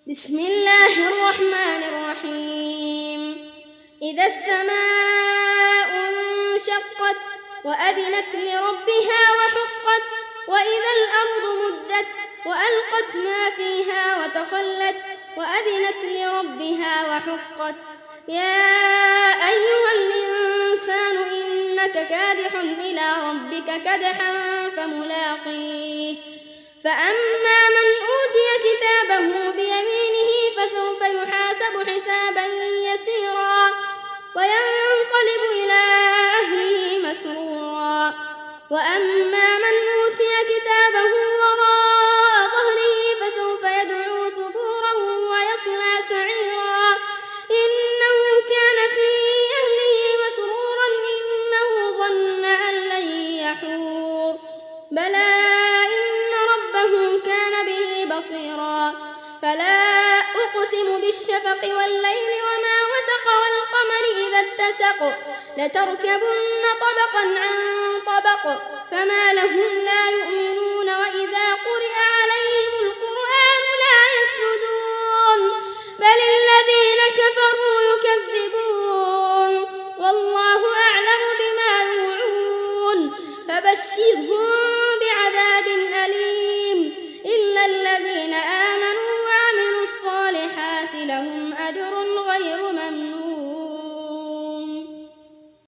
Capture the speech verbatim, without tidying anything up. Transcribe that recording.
بسم الله الرحمن الرحيم. إذا السماء انشقت وأذنت لربها وحقت وإذا الأرض مدت وألقت ما فيها وتخلت وأذنت لربها وحقت يا أيها الإنسان إنك كادح إلى ربك كدحا فملاقيه فأما من أوتي كتابه بيمينه فسوف يحاسب حسابا يسيرا وينقلب إلى أهله مسرورا وأما من أوتي كتابه وراء ظهره فسوف يدعو ثبورا ويصلى سعيرا إنه كان في أهله مسرورا إنه ظن أن لن يحور بلى كان به بصيرا فلا أقسم بالشفق والليل وما وسق والقمر إذا اتسق لتركبن طبقا عن طبق فما لهم لا يؤمنون